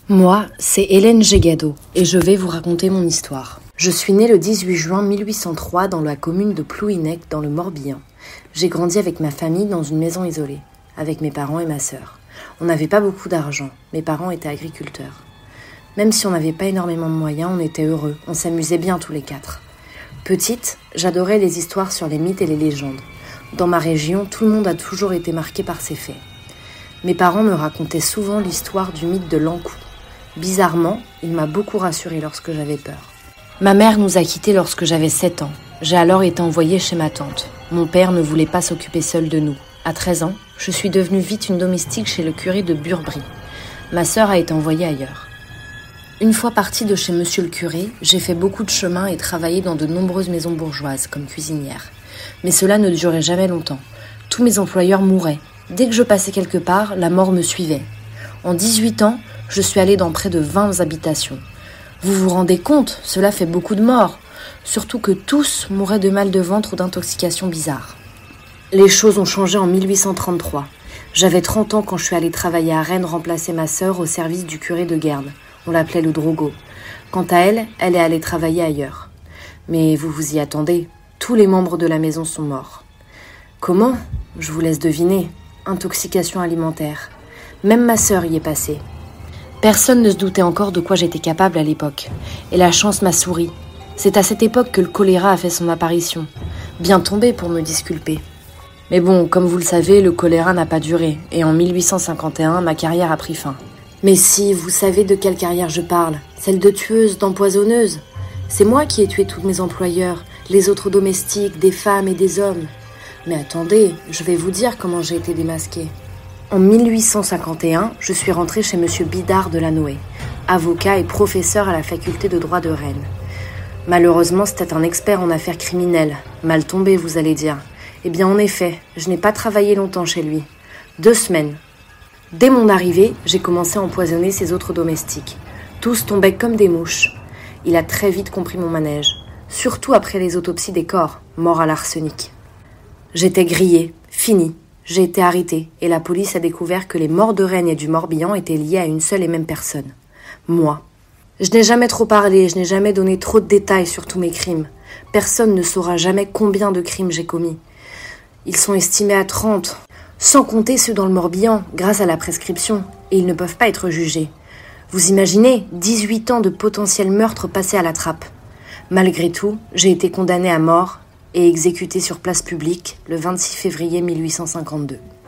Moi, c'est Hélène Gégado et je vais vous raconter mon histoire. Je suis née le 18 juin 1803 dans la commune de Plouhinec dans le Morbihan. J'ai grandi avec ma famille dans une maison isolée, avec mes parents et ma sœur. On n'avait pas beaucoup d'argent, mes parents étaient agriculteurs. Même si on n'avait pas énormément de moyens, on était heureux, on s'amusait bien tous les quatre. Petite, j'adorais les histoires sur les mythes et les légendes. Dans ma région, tout le monde a toujours été marqué par ces faits. Mes parents me racontaient souvent l'histoire du mythe de l'Ankou. Bizarrement, il m'a beaucoup rassurée lorsque j'avais peur. Ma mère nous a quittés lorsque j'avais 7 ans. J'ai alors été envoyée chez ma tante. Mon père ne voulait pas s'occuper seul de nous. À 13 ans, je suis devenue vite une domestique chez le curé de Burbris. Ma sœur a été envoyée ailleurs. Une fois partie de chez monsieur le curé, j'ai fait beaucoup de chemin et travaillé dans de nombreuses maisons bourgeoises comme cuisinière. Mais cela ne durait jamais longtemps. Tous mes employeurs mouraient. Dès que je passais quelque part, la mort me suivait. En 18 ans, je suis allée dans près de 20 habitations. Vous vous rendez compte, cela fait beaucoup de morts. Surtout que tous mouraient de mal de ventre ou d'intoxication bizarre. Les choses ont changé en 1833. J'avais 30 ans quand je suis allée travailler à Rennes remplacer ma sœur au service du curé de Guernes. On l'appelait le Drogo. Quant à elle, elle est allée travailler ailleurs. Mais vous vous y attendez, tous les membres de la maison sont morts. Comment ? Je vous laisse deviner. Intoxication alimentaire. Même ma sœur y est passée. Personne ne se doutait encore de quoi j'étais capable à l'époque. Et la chance m'a souri. C'est à cette époque que le choléra a fait son apparition. Bien tombé pour me disculper. Mais bon, comme vous le savez, le choléra n'a pas duré. Et en 1851, ma carrière a pris fin. Mais si, vous savez de quelle carrière je parle. Celle de tueuse, d'empoisonneuse. C'est moi qui ai tué tous mes employeurs, les autres domestiques, des femmes et des hommes. Mais attendez, je vais vous dire comment j'ai été démasquée. En 1851, je suis rentrée chez monsieur Bidard de Lannoy, avocat et professeur à la faculté de droit de Rennes. Malheureusement, c'était un expert en affaires criminelles. Mal tombé, vous allez dire. Eh bien, en effet, je n'ai pas travaillé longtemps chez lui. 2 semaines. Dès mon arrivée, j'ai commencé à empoisonner ses autres domestiques. Tous tombaient comme des mouches. Il a très vite compris mon manège. Surtout après les autopsies des corps, morts à l'arsenic. J'étais grillée, finie. J'ai été arrêtée et la police a découvert que les morts de Rennes et du Morbihan étaient liés à une seule et même personne. Moi. Je n'ai jamais trop parlé, je n'ai jamais donné trop de détails sur tous mes crimes. Personne ne saura jamais combien de crimes j'ai commis. Ils sont estimés à 30, sans compter ceux dans le Morbihan, grâce à la prescription, et ils ne peuvent pas être jugés. Vous imaginez, 18 ans de potentiel meurtre passés à la trappe. Malgré tout, j'ai été condamnée à mort et exécutée sur place publique le 26 février 1852.